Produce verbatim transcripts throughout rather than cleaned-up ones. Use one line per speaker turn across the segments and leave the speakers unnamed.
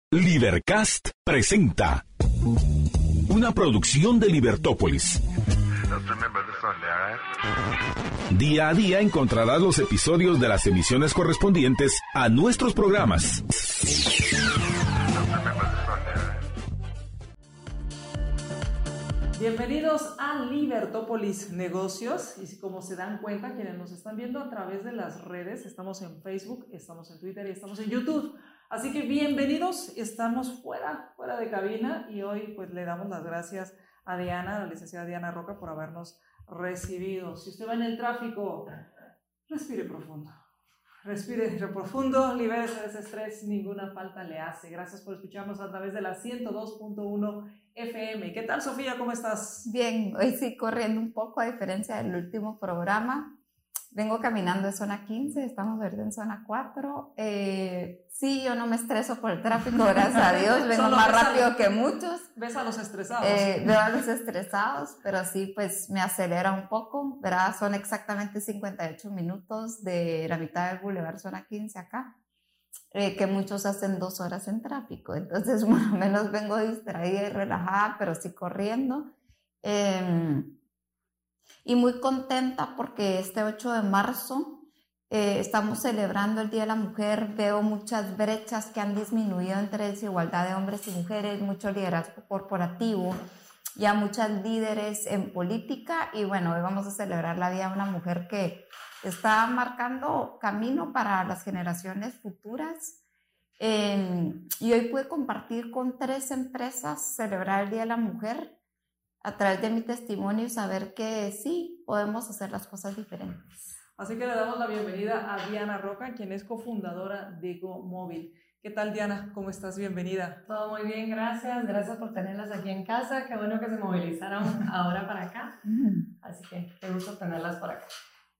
Libercast presenta una producción de Libertópolis. Día a día encontrarás los episodios de las emisiones correspondientes a nuestros programas.
Bienvenidos a Libertópolis Negocios, y como se dan cuenta quienes nos están viendo a través de las redes, estamos en Facebook, estamos en Twitter y estamos en YouTube. Así que bienvenidos, estamos fuera, fuera de cabina, y hoy pues le damos las gracias a Diana, a la licenciada Diana Roca, por habernos recibido. Si usted va en el tráfico, respire profundo, respire profundo, libérese de ese estrés, ninguna falta le hace. Gracias por escucharnos a través de la ciento dos punto uno F M. ¿Qué tal, Sofía? ¿Cómo estás?
Bien, hoy sí corriendo un poco, a diferencia del último programa. Vengo caminando de zona quince, estamos ahorita en zona cuatro. Eh, sí, yo no me estreso por el tráfico, gracias a Dios, vengo más rápido a, que muchos.
¿Ves a los estresados?
Eh, veo a los estresados, pero sí, pues me acelera un poco, ¿verdad? Son exactamente cincuenta y ocho minutos de la mitad del Boulevard zona quince acá, eh, que muchos hacen dos horas en tráfico. Entonces, más o menos vengo distraída y relajada, pero sí corriendo. Eh, Y muy contenta porque este ocho de marzo eh, estamos celebrando el Día de la Mujer. Veo muchas brechas que han disminuido entre desigualdad de hombres y mujeres, mucho liderazgo corporativo, ya muchas líderes en política. Y bueno, hoy vamos a celebrar la Día de una mujer que está marcando camino para las generaciones futuras. Eh, y hoy pude compartir con tres empresas celebrar el Día de la Mujer a través de mi testimonio y saber que sí, podemos hacer las cosas diferentes.
Así que le damos la bienvenida a Diana Roca, quien es cofundadora de GoMóvil. ¿Qué tal, Diana? ¿Cómo estás? Bienvenida.
Todo muy bien, gracias. Gracias por tenerlas aquí en casa. Qué bueno que se movilizaron ahora para acá. Así que qué gusto tenerlas por acá.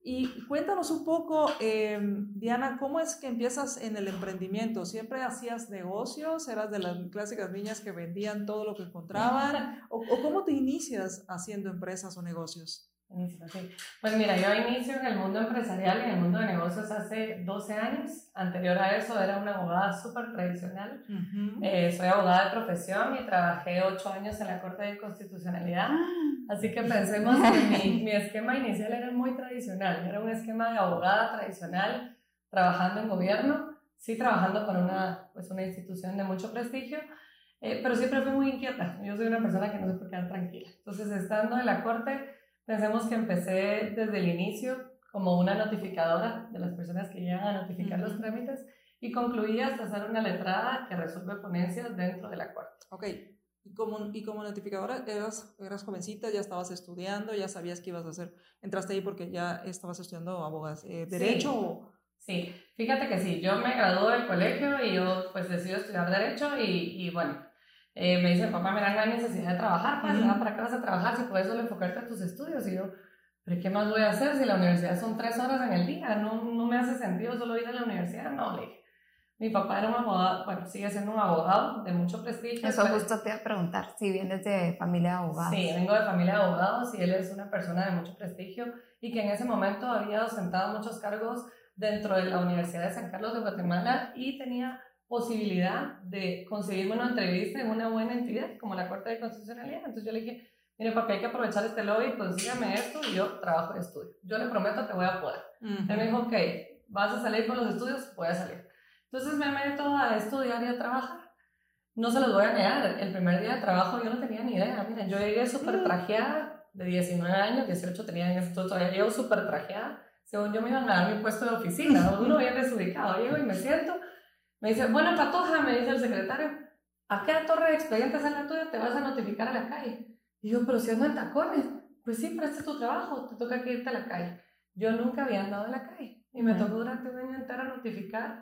Y cuéntanos un poco, eh, Diana, ¿cómo es que empiezas en el emprendimiento? ¿Siempre hacías negocios? ¿Eras de las clásicas niñas que vendían todo lo que encontraban? ¿O, o cómo te inicias haciendo empresas o negocios?
Inicio, sí. Pues mira, yo inicio en el mundo empresarial y en el mundo de negocios hace doce años. Anterior a eso era una abogada súper tradicional. Uh-huh. Eh, soy abogada de profesión y trabajé ocho años en la Corte de Constitucionalidad. Así que pensemos que mi, mi esquema inicial era muy tradicional. Era un esquema de abogada tradicional, trabajando en gobierno, sí trabajando para una, pues una institución de mucho prestigio, eh, pero siempre fui muy inquieta. Yo soy una persona que no se puede quedar tranquila. Entonces, estando en la Corte, pensemos que empecé desde el inicio como una notificadora de las personas que llegan a notificar uh-huh. los trámites, y concluí hasta ser una letrada que resuelve ponencias dentro de la Corte.
Ok. Y como, y como notificadora, eras, eras jovencita, ya estabas estudiando, ya sabías qué ibas a hacer. ¿Entraste ahí porque ya estabas estudiando abogadas, eh, derecho?
Sí.
O...
sí, fíjate que sí, yo me gradué del colegio y yo pues decido estudiar derecho y, y bueno, eh, me dice papá, mira, no hay necesidad de trabajar, pues, uh-huh. ¿para qué vas a trabajar si puedes solo enfocarte a tus estudios? Y yo, ¿pero qué más voy a hacer si la universidad son tres horas en el día? No, no me hace sentido solo ir a la universidad, no, le dije. Mi papá era un abogado, bueno, sigue siendo un abogado de mucho prestigio.
Eso justo te iba a preguntar, si vienes de familia de abogados.
Sí, vengo de familia de abogados y él es una persona de mucho prestigio y que en ese momento había ostentado muchos cargos dentro de la Universidad de San Carlos de Guatemala y tenía posibilidad de conseguirme una entrevista en una buena entidad como la Corte de Constitucionalidad. Entonces yo le dije, mire papi, hay que aprovechar este lobby, consígame esto y yo trabajo y estudio. Yo le prometo que voy a poder. Uh-huh. Él me dijo, ok, ¿vas a salir con los estudios? Voy a salir. Entonces me meto a estudiar y a trabajar. No se los voy a negar, el primer día de trabajo yo no tenía ni idea. Miren, yo llegué súper trajeada, de diecinueve años, dieciocho tenía en esto, todavía llego súper trajeada. Según yo me iban a dar mi puesto de oficina, uno bien desubicado. Llego y me siento, me dice, bueno, Patoja, me dice el secretario, ¿a qué torre de expedientes es la tuya? Te vas a notificar a la calle. Y yo, pero si ando en tacones. Pues sí, pero este es tu trabajo, te toca que irte a la calle. Yo nunca había andado en la calle y me tocó durante un año entero notificar.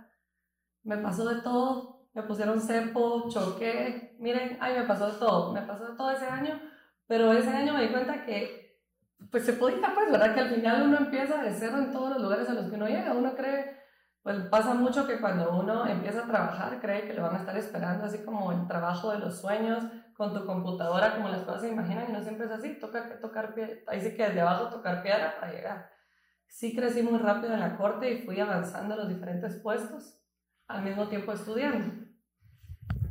Me pasó de todo, me pusieron cepo, choqué, miren, ay, me pasó de todo, me pasó de todo ese año, pero ese año me di cuenta que, pues se podía, pues, ¿verdad? Que al final uno empieza de cero en todos los lugares a los que uno llega, uno cree, pues pasa mucho que cuando uno empieza a trabajar, cree que le van a estar esperando así como el trabajo de los sueños, con tu computadora, como las cosas se imaginan, y no siempre es así, toca tocar pie, ahí sí que desde abajo tocar piedra para llegar. Sí crecí muy rápido en la Corte y fui avanzando en los diferentes puestos, al mismo tiempo estudiando.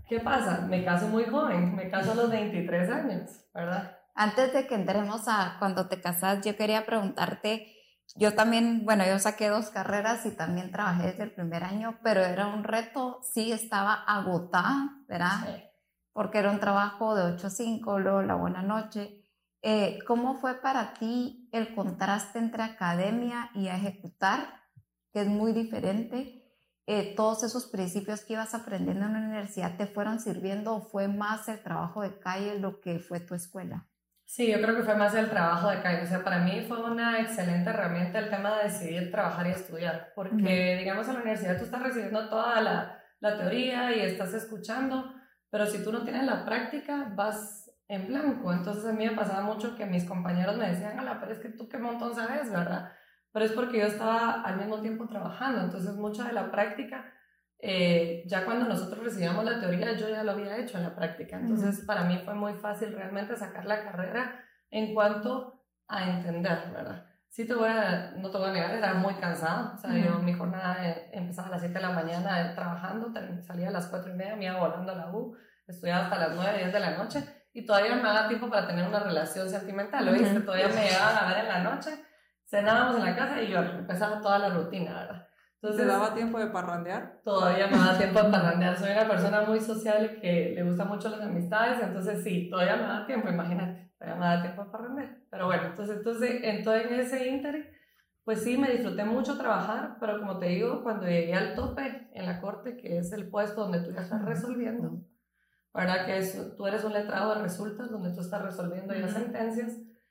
¿Qué pasa? Me caso muy joven, me caso a los veintitrés años, ¿verdad?
Antes de que entremos a cuando te casas, yo quería preguntarte, yo también, bueno, yo saqué dos carreras y también trabajé desde el primer año, pero era un reto, sí estaba agotada, ¿verdad? Sí. Porque era un trabajo de ocho a cinco, luego la buena noche. Eh, ¿Cómo fue para ti el contraste entre academia y ejecutar, que es muy diferente? Eh, ¿Todos esos principios que ibas aprendiendo en la universidad te fueron sirviendo o fue más el trabajo de calle lo que fue tu escuela?
Sí, yo creo que fue más el trabajo de calle. O sea, para mí fue una excelente herramienta el tema de decidir trabajar y estudiar, porque, uh-huh. digamos, en la universidad tú estás recibiendo toda la, la teoría y estás escuchando, pero si tú no tienes la práctica, vas en blanco. Entonces a mí me pasaba mucho que mis compañeros me decían, ala, pero es que tú qué montón sabes, ¿verdad? Pero es porque yo estaba al mismo tiempo trabajando, entonces mucha de la práctica, eh, ya cuando nosotros recibíamos la teoría, yo ya lo había hecho en la práctica. Entonces uh-huh. para mí fue muy fácil realmente sacar la carrera en cuanto a entender, ¿verdad? Sí te voy a, no te voy a negar, era muy cansado. O sea, uh-huh. yo mi jornada empezaba a las siete de la mañana trabajando, salía a las cuatro y media, me iba volando a la U, estudiaba hasta las nueve, diez de la noche y todavía me daba tiempo para tener una relación sentimental, ¿oíste? Uh-huh. Todavía me llegaban a ver en la noche, cenábamos en la casa y yo empezaba toda la rutina, ¿verdad?
Entonces, ¿te daba tiempo de parrandear?
Todavía me da tiempo de parrandear. Soy una persona muy sociable que le gusta mucho las amistades, entonces sí, todavía me da tiempo, imagínate, todavía me da tiempo de parrandear. Pero bueno, entonces, entonces, entonces en ese ínter, pues sí, me disfruté mucho trabajar, pero como te digo, cuando llegué al tope en la corte, que es el puesto donde tú ya estás resolviendo, ¿verdad? Que es, tú eres un letrado de resultas, donde tú estás resolviendo ya sentencias.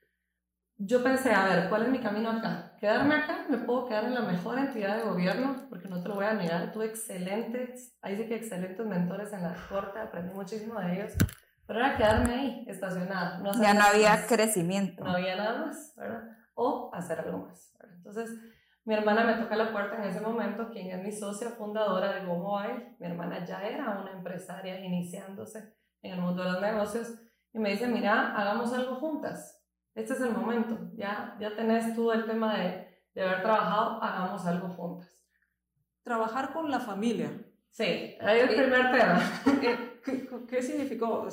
Yo pensé, a ver, ¿cuál es mi camino acá? ¿Quedarme acá? ¿Me puedo quedar en la mejor entidad de gobierno? Porque no te lo voy a negar, tuve excelentes, ahí sí que excelentes mentores en la corte, aprendí muchísimo de ellos, pero era quedarme ahí, estacionada.
No ya no había más. Crecimiento.
No había nada más, ¿verdad? O hacer algo más, ¿verdad? Entonces, mi hermana me toca la puerta en ese momento, quien es mi socia fundadora de Go Mobile. Mi hermana ya era una empresaria iniciándose en el mundo de los negocios, y me dice, mira, hagamos algo juntas. Este es el momento, ya, ya tenés tú el tema de, de haber trabajado, hagamos algo juntas.
Trabajar con la familia.
Sí, ahí es el primer tema.
¿Qué, qué, qué significó?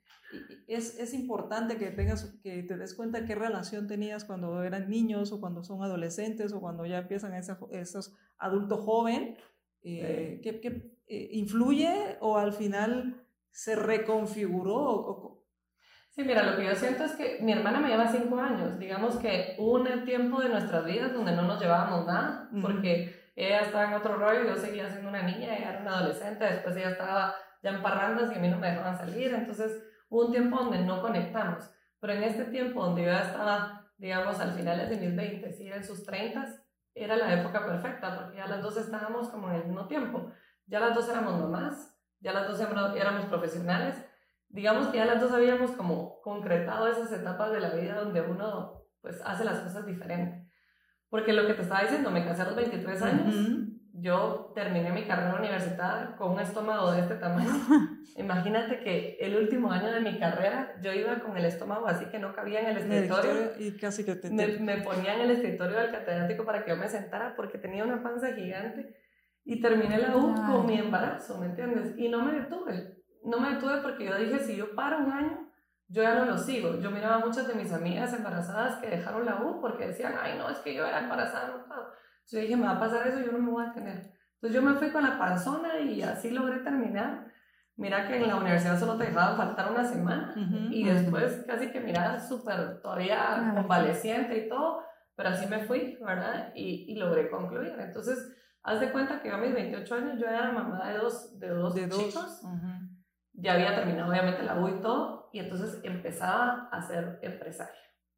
Es, es importante que, tengas, que te des cuenta qué relación tenías cuando eran niños o cuando son adolescentes o cuando ya empiezan esa, esos adultos joven. Eh, sí. ¿Qué, qué eh, influye o al final se reconfiguró? O,
Sí, mira, lo que yo siento es que mi hermana me lleva cinco años. Digamos que hubo un tiempo de nuestras vidas donde no nos llevábamos nada, uh-huh. porque ella estaba en otro rollo, yo seguía siendo una niña, ella era una adolescente, después ella estaba ya en parrandas y a mí no me dejaban salir. Entonces hubo un tiempo donde no conectamos. Pero en este tiempo donde yo ya estaba, digamos, al finales de mis veinte, y en sus treinta, era la época perfecta, porque ya las dos estábamos como en el mismo tiempo. Ya las dos éramos mamás, ya las dos éramos profesionales. Digamos que ya las dos habíamos como concretado esas etapas de la vida donde uno pues hace las cosas diferentes. Porque lo que te estaba diciendo, me casé a los veintitrés años, uh-huh. yo terminé mi carrera universitaria con un estómago de este tamaño. Imagínate que el último año de mi carrera yo iba con el estómago así que no cabía en el escritorio.
Y casi que te...
me, me ponía en el escritorio del catedrático para que yo me sentara porque tenía una panza gigante. Y terminé la U Ay. con mi embarazo, ¿me entiendes? Y no me detuve. No me detuve porque yo dije, si yo paro un año, yo ya no lo sigo. Yo miraba a muchas de mis amigas embarazadas que dejaron la U porque decían, ay, no, es que yo era embarazada, no puedo. Entonces yo dije, me va a pasar eso, yo no me voy a tener. Entonces yo me fui con la panzona y así logré terminar. Mira que en la universidad solo te dejaban faltar una semana uh-huh, y después uh-huh. casi que miraba súper todavía uh-huh. convaleciente y todo, pero así me fui, ¿verdad? Y, y logré concluir. Entonces, haz de cuenta que yo a mis veintiocho años yo era mamá de dos, de dos
de
chicos.
Dos. Uh-huh.
Ya había terminado obviamente la U y todo, y entonces empezaba a ser empresaria.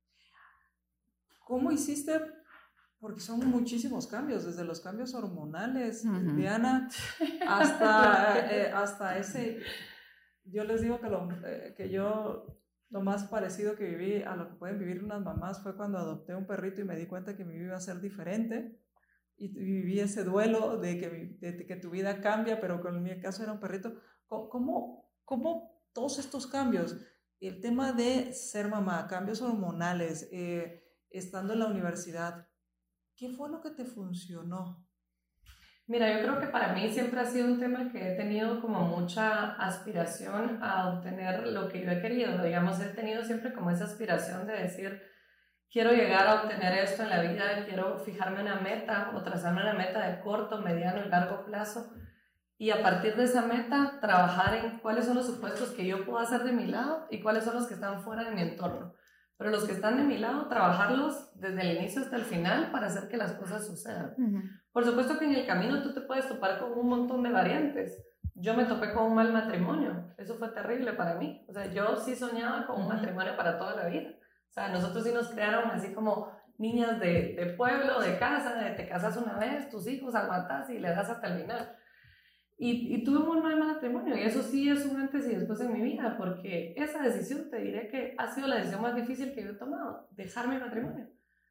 ¿Cómo hiciste? Porque son muchísimos cambios, desde los cambios hormonales, uh-huh. Diana, hasta, eh, hasta ese... Yo les digo que, lo, eh, que yo lo más parecido que viví a lo que pueden vivir unas mamás fue cuando adopté un perrito y me di cuenta que mi vida iba a ser diferente. Y viví ese duelo de que, de que tu vida cambia, pero con mi caso era un perrito. ¿Cómo, cómo todos estos cambios? El tema de ser mamá, cambios hormonales, eh, estando en la universidad, ¿qué fue lo que te funcionó?
Mira, yo creo que para mí siempre ha sido un tema que he tenido como mucha aspiración a obtener lo que yo he querido. Digamos, he tenido siempre como esa aspiración de decir, quiero llegar a obtener esto en la vida, quiero fijarme una meta o trazarme una meta de corto, mediano y largo plazo. Y a partir de esa meta, trabajar en cuáles son los supuestos que yo puedo hacer de mi lado y cuáles son los que están fuera de mi entorno. Pero los que están de mi lado, trabajarlos desde el inicio hasta el final para hacer que las cosas sucedan. Uh-huh. Por supuesto que en el camino tú te puedes topar con un montón de variantes. Yo me topé con un mal matrimonio. Eso fue terrible para mí. O sea, yo sí soñaba con un matrimonio para toda la vida. O sea, nosotros sí nos crearon así como niñas de, de pueblo, de casa, de te casas una vez, tus hijos aguantas y le das hasta el final. Y, y tuve un mal matrimonio y eso sí es un antes y después en mi vida, porque esa decisión te diré que ha sido la decisión más difícil que yo he tomado, dejar mi matrimonio.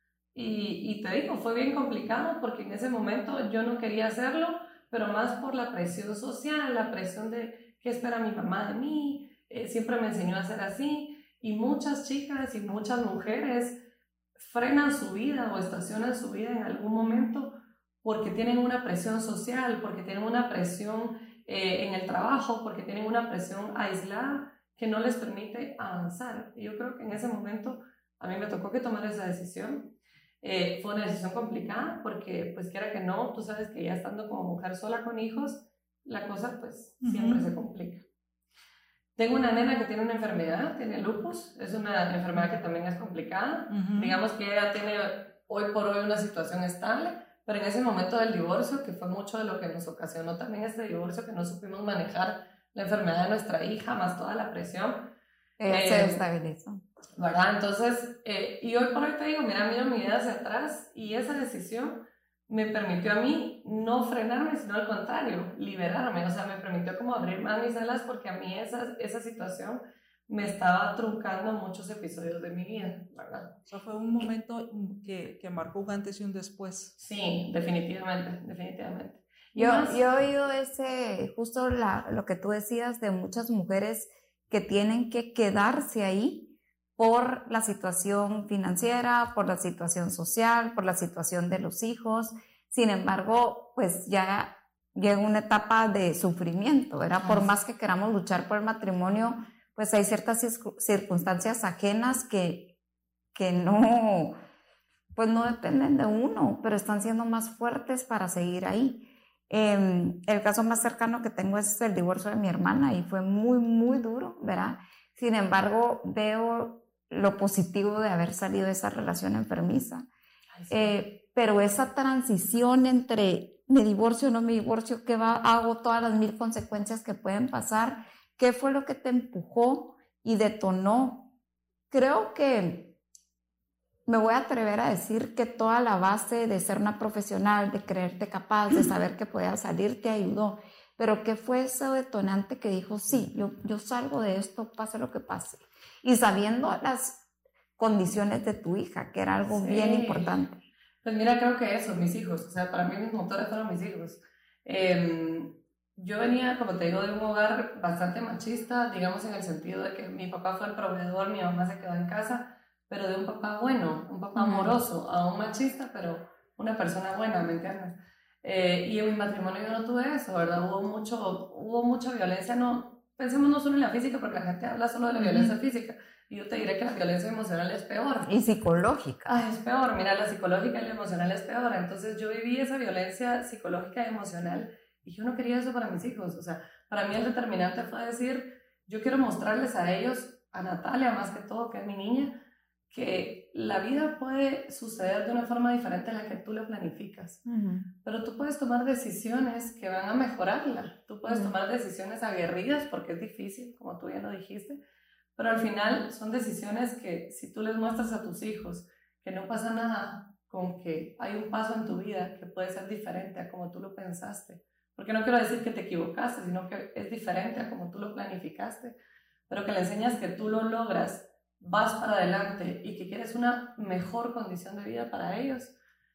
Y, y te digo, fue bien complicado porque en ese momento yo no quería hacerlo, pero más por la presión social, la presión de qué espera mi mamá de mí, eh, siempre me enseñó a ser así, y muchas chicas y muchas mujeres frenan su vida o estacionan su vida en algún momento porque tienen una presión social, porque tienen una presión eh, en el trabajo, porque tienen una presión aislada que no les permite avanzar. Y yo creo que en ese momento a mí me tocó que tomar esa decisión. Eh, fue una decisión complicada porque, pues quiera que no, tú sabes que ya estando como mujer sola con hijos, la cosa pues uh-huh. siempre se complica. Tengo una nena que tiene una enfermedad, tiene lupus, es una enfermedad que también es complicada. Uh-huh. Digamos que ella tiene hoy por hoy una situación estable, pero en ese momento del divorcio, que fue mucho de lo que nos ocasionó también este divorcio, que no supimos manejar la enfermedad de nuestra hija, más toda la presión.
Ella eh, se estabilizó.
¿Verdad? Entonces, eh, y hoy por hoy te digo, mira, miro mi vida hacia atrás y esa decisión me permitió a mí no frenarme, sino al contrario, liberarme. O sea, me permitió como abrir más mis alas porque a mí esa, esa situación me estaba truncando muchos episodios de mi vida, ¿verdad?
O sea, fue un momento que, que marcó un antes y un después.
Sí, definitivamente, definitivamente.
Yo, más, yo he oído ese, justo la, lo que tú decías de muchas mujeres que tienen que quedarse ahí por la situación financiera, por la situación social, por la situación de los hijos. Sin embargo, pues ya llega una etapa de sufrimiento, ¿verdad? Por más que queramos luchar por el matrimonio, pues hay ciertas circunstancias ajenas que, que no, pues no dependen de uno, pero están siendo más fuertes para seguir ahí. Eh, el caso más cercano que tengo es el divorcio de mi hermana y fue muy, muy duro, ¿verdad? Sin embargo, veo lo positivo de haber salido de esa relación enfermiza. Ay, sí. eh, pero esa transición entre me divorcio o no me divorcio, ¿qué va? Hago todas las mil consecuencias que pueden pasar. ¿Qué fue lo que te empujó y detonó? Creo que me voy a atrever a decir que toda la base de ser una profesional, de creerte capaz, de saber que podías salir, te ayudó. Pero ¿qué fue ese detonante que dijo, sí, yo, yo salgo de esto, pase lo que pase? Y sabiendo las condiciones de tu hija, que era algo sí. bien importante.
Pues mira, creo que eso, mis hijos. O sea, para mí mis motores fueron mis hijos. Eh, Yo venía, como te digo, de un hogar bastante machista, digamos en el sentido de que mi papá fue el proveedor, mi mamá se quedó en casa, pero de un papá bueno, un papá amoroso, aún machista, pero una persona buena, ¿me entiendes? Eh, y en mi matrimonio yo no tuve eso, ¿verdad? Hubo, mucho, hubo mucha violencia, no, pensemos no solo en la física, porque la gente habla solo de la violencia física, y yo te diré que la violencia emocional es peor.
Y psicológica.
Ay, es peor, mira, la psicológica y la emocional es peor, entonces yo viví esa violencia psicológica y emocional. Y yo no quería eso para mis hijos. O sea, para mí el determinante fue decir, yo quiero mostrarles a ellos, a Natalia más que todo, que es mi niña, que la vida puede suceder de una forma diferente a la que tú la planificas. Uh-huh. Pero tú puedes tomar decisiones que van a mejorarla. Tú puedes uh-huh. tomar decisiones aguerridas porque es difícil, como tú ya lo dijiste. Pero al final son decisiones que si tú les muestras a tus hijos que no pasa nada con que hay un paso en tu vida que puede ser diferente a como tú lo pensaste. Porque no quiero decir que te equivocaste, sino que es diferente a como tú lo planificaste, pero que le enseñas que tú lo logras, vas para adelante y que quieres una mejor condición de vida para ellos.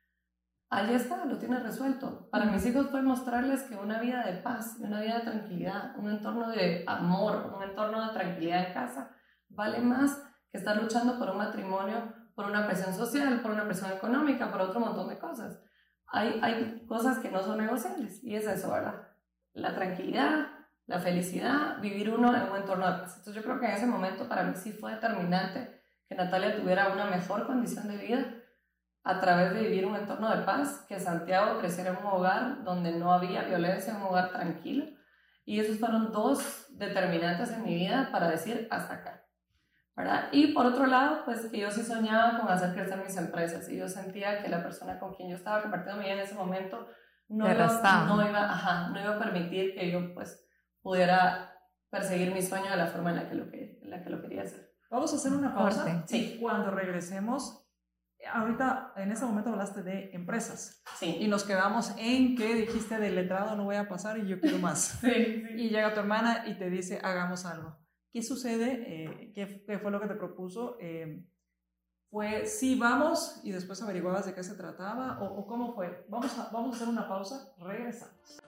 Ahí está, lo tienes resuelto. Para mis hijos fue mostrarles que una vida de paz, una vida de tranquilidad, un entorno de amor, un entorno de tranquilidad en casa, vale más que estar luchando por un matrimonio, por una presión social, por una presión económica, por otro montón de cosas. hay, hay cosas que no son negociables y es eso, ¿verdad? La tranquilidad, la felicidad, vivir uno en un entorno de paz. Entonces yo creo que en ese momento para mí sí fue determinante que Natalia tuviera una mejor condición de vida a través de vivir un entorno de paz, que Santiago creciera en un hogar donde no había violencia, un hogar tranquilo. Y esos fueron dos determinantes en mi vida para decir hasta acá, ¿verdad? Y por otro lado, pues que yo sí soñaba con hacer crecer mis empresas y yo sentía que la persona con quien yo estaba compartiendo mi vida en ese momento no, iba, no, iba, ajá, no iba a permitir que yo pues pudiera perseguir mi sueño de la forma en la que lo, que, en la que lo quería hacer.
Vamos a hacer una pausa.
Sí.
Y cuando regresemos, ahorita en ese momento hablaste de empresas.
Sí.
Y nos quedamos en que dijiste del letrado no voy a pasar y yo quiero más.
Sí, sí.
Y llega tu hermana y te dice hagamos algo. ¿Qué sucede? Eh, ¿qué, ¿Qué fue lo que te propuso? Eh, ¿Fue sí, vamos y después averiguabas de qué se trataba? ¿O, o cómo fue? Vamos a, vamos a hacer una pausa, regresamos.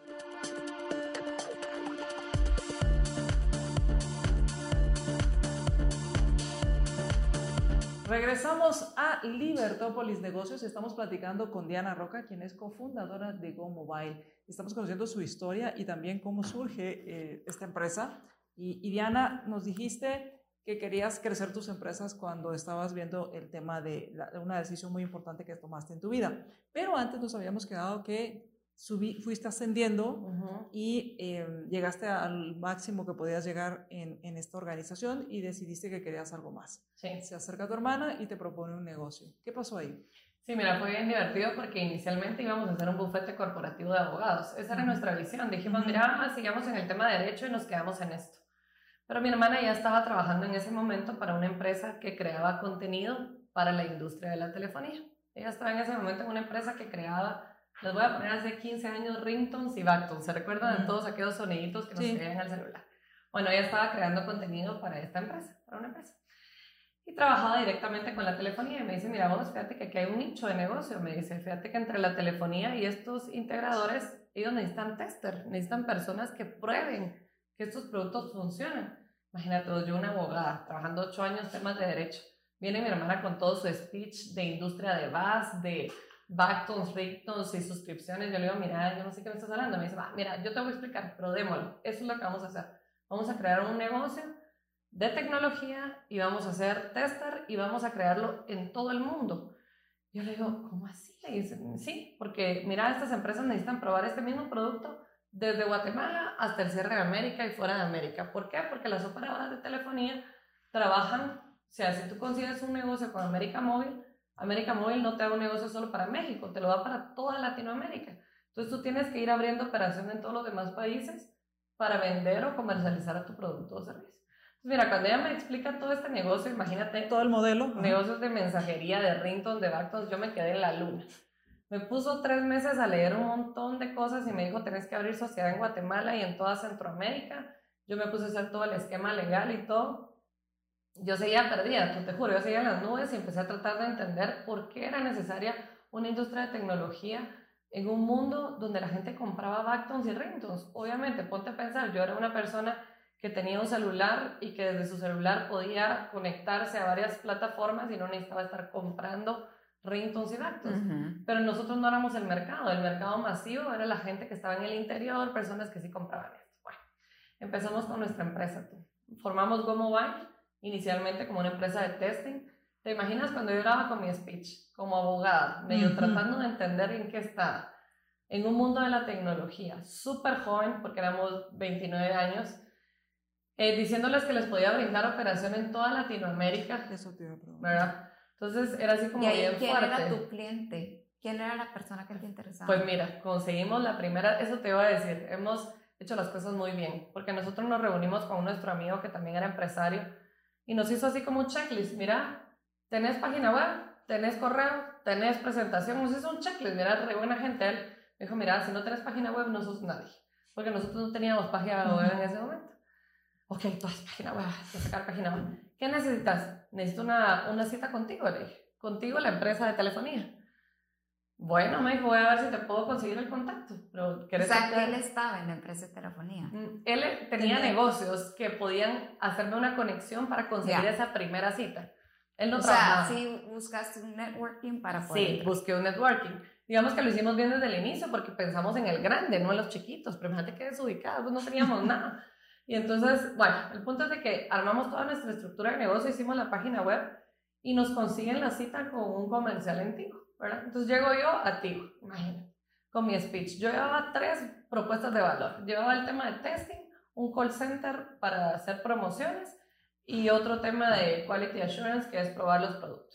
Regresamos a Libertópolis Negocios y estamos platicando con Diana Roca, quien es cofundadora de Go Mobile. Estamos conociendo su historia y también cómo surge eh, esta empresa. Y, y Diana, nos dijiste que querías crecer tus empresas cuando estabas viendo el tema de, la, de una decisión muy importante que tomaste en tu vida. Pero antes nos habíamos quedado que subí, fuiste ascendiendo uh-huh. y eh, llegaste al máximo que podías llegar en, en esta organización y decidiste que querías algo más.
Sí.
Se acerca tu hermana y te propone un negocio. ¿Qué pasó ahí?
Sí, mira, fue bien divertido porque inicialmente íbamos a hacer un bufete corporativo de abogados. Esa era uh-huh. nuestra visión. Dijimos, uh-huh. mira, sigamos en el tema de derecho y nos quedamos en esto. Pero mi hermana ya estaba trabajando en ese momento para una empresa que creaba contenido para la industria de la telefonía. Ella estaba en ese momento en una empresa que creaba, les voy a poner hace quince años, ringtones y backtones. ¿Se recuerdan uh-huh. de todos aquellos soniditos que nos sí. traían al celular? Bueno, ella estaba creando contenido para esta empresa, para una empresa. Y trabajaba directamente con la telefonía y me dice, mira vos, fíjate que aquí hay un nicho de negocio. Me dice, fíjate que entre la telefonía y estos integradores, ellos necesitan tester, necesitan personas que prueben que estos productos funcionan. Imagínate, yo una abogada, trabajando ocho años temas de derecho. Viene mi hermana con todo su speech de industria de V A S, de backtones, ringtones y suscripciones. Yo le digo, mira, yo no sé qué me estás hablando. Me dice, va, mira, yo te voy a explicar, pero démoslo. Eso es lo que vamos a hacer. Vamos a crear un negocio de tecnología y vamos a hacer tester y vamos a crearlo en todo el mundo. Yo le digo, ¿cómo así? Le dice, sí, porque mira, estas empresas necesitan probar este mismo producto desde Guatemala hasta el cierre de América y fuera de América. ¿Por qué? Porque las operadoras de telefonía trabajan, o sea, si tú consigues un negocio con América Móvil, América Móvil no te da un negocio solo para México, te lo da para toda Latinoamérica. Entonces tú tienes que ir abriendo operación en todos los demás países para vender o comercializar tu producto o servicio. Mira, cuando ella me explica todo este negocio, imagínate
todo el modelo,
negocios de mensajería, de ringtones, de backtones, yo me quedé en la luna. Me puso tres meses a leer un montón de cosas y me dijo, tenés que abrir sociedad en Guatemala y en toda Centroamérica. Yo me puse a hacer todo el esquema legal y todo. Yo seguía perdida, te juro, yo seguía en las nubes y empecé a tratar de entender por qué era necesaria una industria de tecnología en un mundo donde la gente compraba backtones y ringtones. Obviamente, ponte a pensar, yo era una persona que tenía un celular y que desde su celular podía conectarse a varias plataformas y no necesitaba estar comprando ringtones y backtones. Uh-huh. Pero nosotros no éramos el mercado, el mercado masivo era la gente que estaba en el interior, personas que sí compraban esto. Bueno, empezamos con nuestra empresa. Tú. Formamos Go Mobile, inicialmente como una empresa de testing. ¿Te imaginas cuando yo grababa con mi speech como abogada, medio uh-huh. tratando de entender en qué estaba? En un mundo de la tecnología, súper joven, porque éramos veintinueve años, Eh, diciéndoles que les podía brindar operación en toda Latinoamérica.
Eso te iba a preguntar.
¿Verdad? Entonces era así como
¿Y ahí
bien
quién
fuerte.
era tu cliente? ¿Quién era la persona que te interesaba?
Pues mira, conseguimos la primera, eso te iba a decir, hemos hecho las cosas muy bien, porque nosotros nos reunimos con nuestro amigo que también era empresario y nos hizo así como un checklist. Mira, tenés página web, tenés correo, tenés presentación, nos hizo un checklist. Mira, re buena gente. Él me dijo, mira, si no tenés página web no sos nadie, porque nosotros no teníamos página web en ese momento. Ok, tú has página web, vas a sacar página web. ¿Qué necesitas? Necesito una, una cita contigo, le dije. Contigo, la empresa de telefonía. Bueno, me dijo, voy a ver si te puedo conseguir el contacto. Pero,
o sea,
sacar?
que él estaba en la empresa de telefonía.
Él tenía
¿Tenía?
negocios que podían hacerme una conexión para conseguir yeah. esa primera cita. Él no
o
trabajaba.
sea, sí buscaste un networking para poder...
Sí, busqué un networking. digamos que lo hicimos bien desde el inicio porque pensamos en el grande, no en los chiquitos, pero fíjate que desubicados, pues no teníamos nada. Y entonces, bueno, el punto es de que armamos toda nuestra estructura de negocio, hicimos la página web y nos consiguen la cita con un comercial en Tigo, ¿verdad? Entonces llego yo a Tigo, imagínate, con mi speech. Yo llevaba tres propuestas de valor. Llevaba el tema de testing, un call center para hacer promociones y otro tema de quality assurance, que es probar los productos.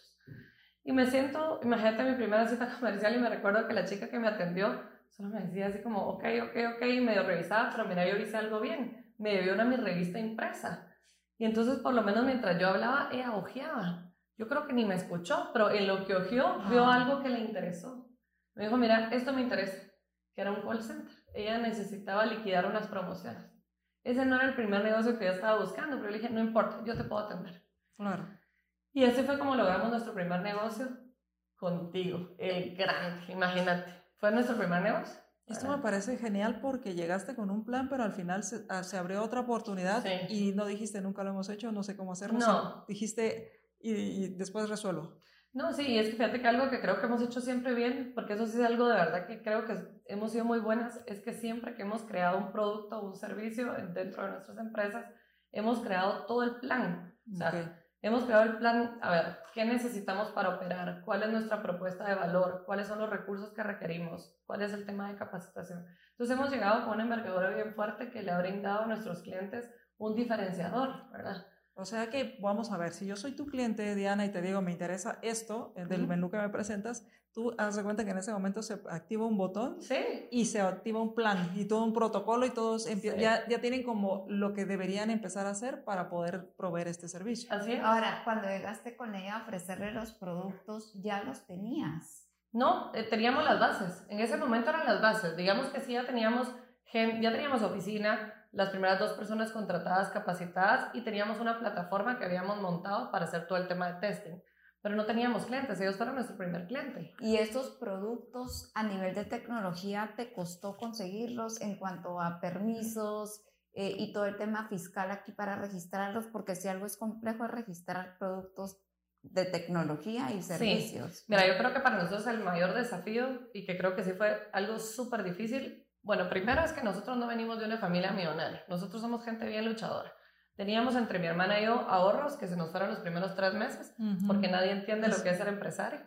Y me siento, imagínate mi primera cita comercial y me recuerdo que la chica que me atendió solo me decía así como, ok, ok, ok, y medio revisaba, pero mira, yo hice algo bien. Me dio una mi revista impresa. Y entonces, por lo menos mientras yo hablaba, ella ojeaba. Yo creo que ni me escuchó, pero en lo que ojeó, vio algo que le interesó. Me dijo, mira, esto me interesa, que era un call center. Ella necesitaba liquidar unas promociones. Ese no era el primer negocio que yo estaba buscando, pero le dije, no importa, yo te puedo atender.
Claro.
Y así fue como logramos nuestro primer negocio contigo, el grande, imagínate. Fue nuestro primer negocio.
Esto me parece genial porque llegaste con un plan, pero al final se, se abrió otra oportunidad sí. y no dijiste, nunca lo hemos hecho, no sé cómo hacerlo.
No.
Dijiste, y, y después resuelvo.
No, sí, y es que fíjate que algo que creo que hemos hecho siempre bien, porque eso sí es algo de verdad que creo que hemos sido muy buenas, es que siempre que hemos creado un producto o un servicio dentro de nuestras empresas, hemos creado todo el plan. O sea, okay. Hemos creado el plan, a ver, ¿qué necesitamos para operar? ¿Cuál es nuestra propuesta de valor? ¿Cuáles son los recursos que requerimos? ¿Cuál es el tema de capacitación? Entonces hemos llegado con una envergadura bien fuerte que le ha brindado a nuestros clientes un diferenciador, ¿verdad?
O sea que, vamos a ver, si yo soy tu cliente, Diana, y te digo, me interesa esto del uh-huh. menú que me presentas, tú haz de cuenta que en ese momento se activa un botón
sí.
y se activa un plan y todo un protocolo y todos sí. ya, ya tienen como lo que deberían empezar a hacer para poder proveer este servicio.
Así es.
Ahora, cuando llegaste con ella a ofrecerle los productos, ¿ya los tenías?
No, eh, teníamos las bases. En ese momento eran las bases. Digamos que sí, ya teníamos, ya teníamos oficina, las primeras dos personas contratadas, capacitadas, y teníamos una plataforma que habíamos montado para hacer todo el tema de testing. Pero no teníamos clientes, ellos fueron nuestro primer cliente.
¿Y estos productos a nivel de tecnología te costó conseguirlos en cuanto a permisos eh, y todo el tema fiscal aquí para registrarlos? Porque si algo es complejo es registrar productos de tecnología y servicios.
Sí. Mira, yo creo que para nosotros el mayor desafío, y que creo que sí fue algo súper difícil, bueno, primero es que nosotros no venimos de una familia millonaria, nosotros somos gente bien luchadora. Teníamos entre mi hermana y yo ahorros que se nos fueron los primeros tres meses, uh-huh. porque nadie entiende lo que es ser empresario,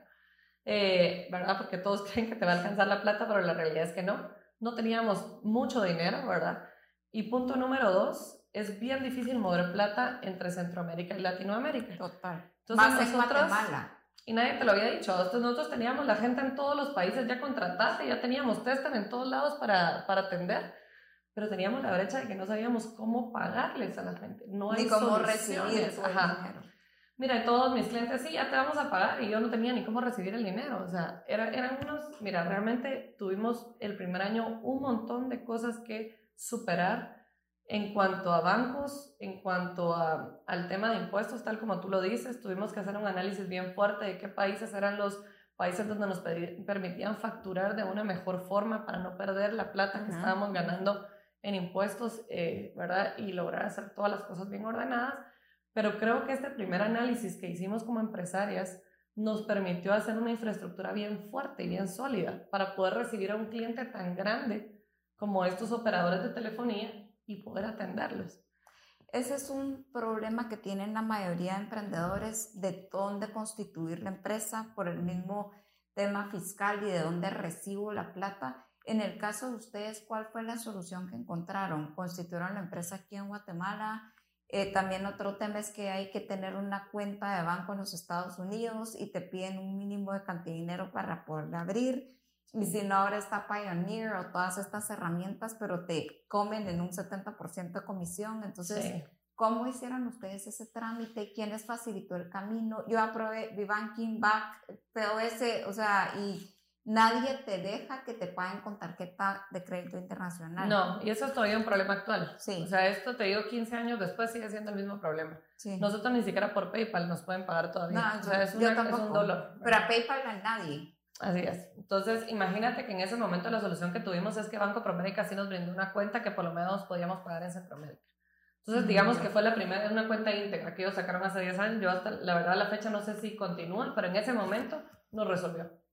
eh, ¿verdad? Porque todos creen que te va a alcanzar la plata, pero la realidad es que no. No teníamos mucho dinero, ¿verdad? Y punto número dos, es bien difícil mover plata entre Centroamérica y Latinoamérica.
Total.
Entonces
Más
nosotros,
en Guatemala.
Y nadie te lo había dicho, entonces nosotros teníamos la gente en todos los países ya contratada, ya teníamos tester en todos lados para, para atender, pero teníamos la brecha de que no sabíamos cómo pagarles a la gente, no hay
ni cómo
soluciones.
recibir el dinero.
Mira, todos mis clientes, sí, ya te vamos a pagar, y yo no tenía ni cómo recibir el dinero, o sea, era, eran unos, mira, realmente tuvimos el primer año un montón de cosas que superar en cuanto a bancos, en cuanto a, al tema de impuestos, tal como tú lo dices. Tuvimos que hacer un análisis bien fuerte de qué países eran los países donde nos permitían facturar de una mejor forma para no perder la plata que uh-huh. estábamos ganando en impuestos, eh, ¿verdad? Y lograr hacer todas las cosas bien ordenadas. Pero creo que este primer análisis que hicimos como empresarias nos permitió hacer una infraestructura bien fuerte y bien sólida para poder recibir a un cliente tan grande como estos operadores de telefonía y poder atenderlos.
Ese es un problema que tienen la mayoría de emprendedores, de dónde constituir la empresa por el mismo tema fiscal y de dónde recibo la plata. En el caso de ustedes, ¿cuál fue la solución que encontraron? ¿Constituyeron la empresa aquí en Guatemala? Eh, también otro tema es que hay que tener una cuenta de banco en los Estados Unidos y te piden un mínimo de cantidad de dinero para poderla abrir. Y si no, ahora está Pioneer o todas estas herramientas, pero te comen en un setenta por ciento de comisión. Entonces, sí. ¿Cómo hicieron ustedes ese trámite? ¿Quién les facilitó el camino? Yo aprobé B-Banking, B A C, P O S, o sea, y nadie te deja que te paguen con tarjeta de crédito internacional.
No, y eso es todavía un problema actual.
Sí.
O sea, esto te digo, quince años después sigue siendo el mismo problema.
Sí.
Nosotros ni siquiera por PayPal nos pueden pagar todavía.
No,
o sea, es, una, es un dolor.
Pero a PayPal no hay nadie.
Así es. Entonces, imagínate que en ese momento la solución que tuvimos es que Banco Promérica sí nos brindó una cuenta que por lo menos podíamos pagar en Centroamérica. Entonces, digamos mm. que fue la primera, una cuenta íntegra que ellos sacaron hace diez años. Yo hasta, la verdad, la fecha no sé si continúa, pero en ese momento nos resolvió.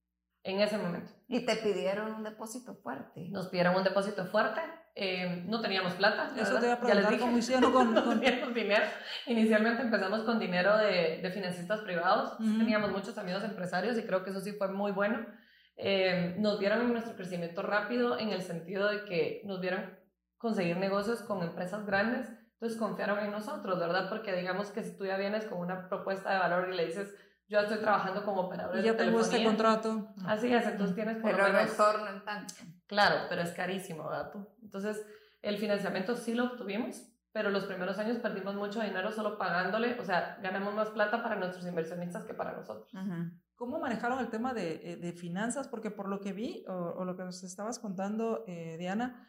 en ese momento.
¿Y te pidieron un depósito fuerte?
Nos pidieron un depósito fuerte, eh, no teníamos plata.
Eso te iba a preguntar cómo hicieron con...
no
con...
teníamos dinero. Inicialmente empezamos con dinero de, de financistas privados, uh-huh. Teníamos muchos amigos empresarios y creo que eso sí fue muy bueno. Eh, nos vieron en nuestro crecimiento rápido en el sentido de que nos vieron conseguir negocios con empresas grandes, entonces confiaron en nosotros, ¿verdad? Porque digamos que si tú ya vienes con una propuesta de valor y le dices, yo estoy trabajando como operador de
telefonía. Y ya tengo este contrato.
Así es, entonces tienes por
pero
lo menos...
retorno en tanto.
Claro, pero es carísimo, ¿verdad? Entonces, el financiamiento sí lo obtuvimos, pero los primeros años perdimos mucho dinero solo pagándole, o sea, ganamos más plata para nuestros inversionistas que para nosotros.
Uh-huh. ¿Cómo manejaron el tema de, de finanzas? Porque por lo que vi, o, o lo que nos estabas contando, eh, Diana,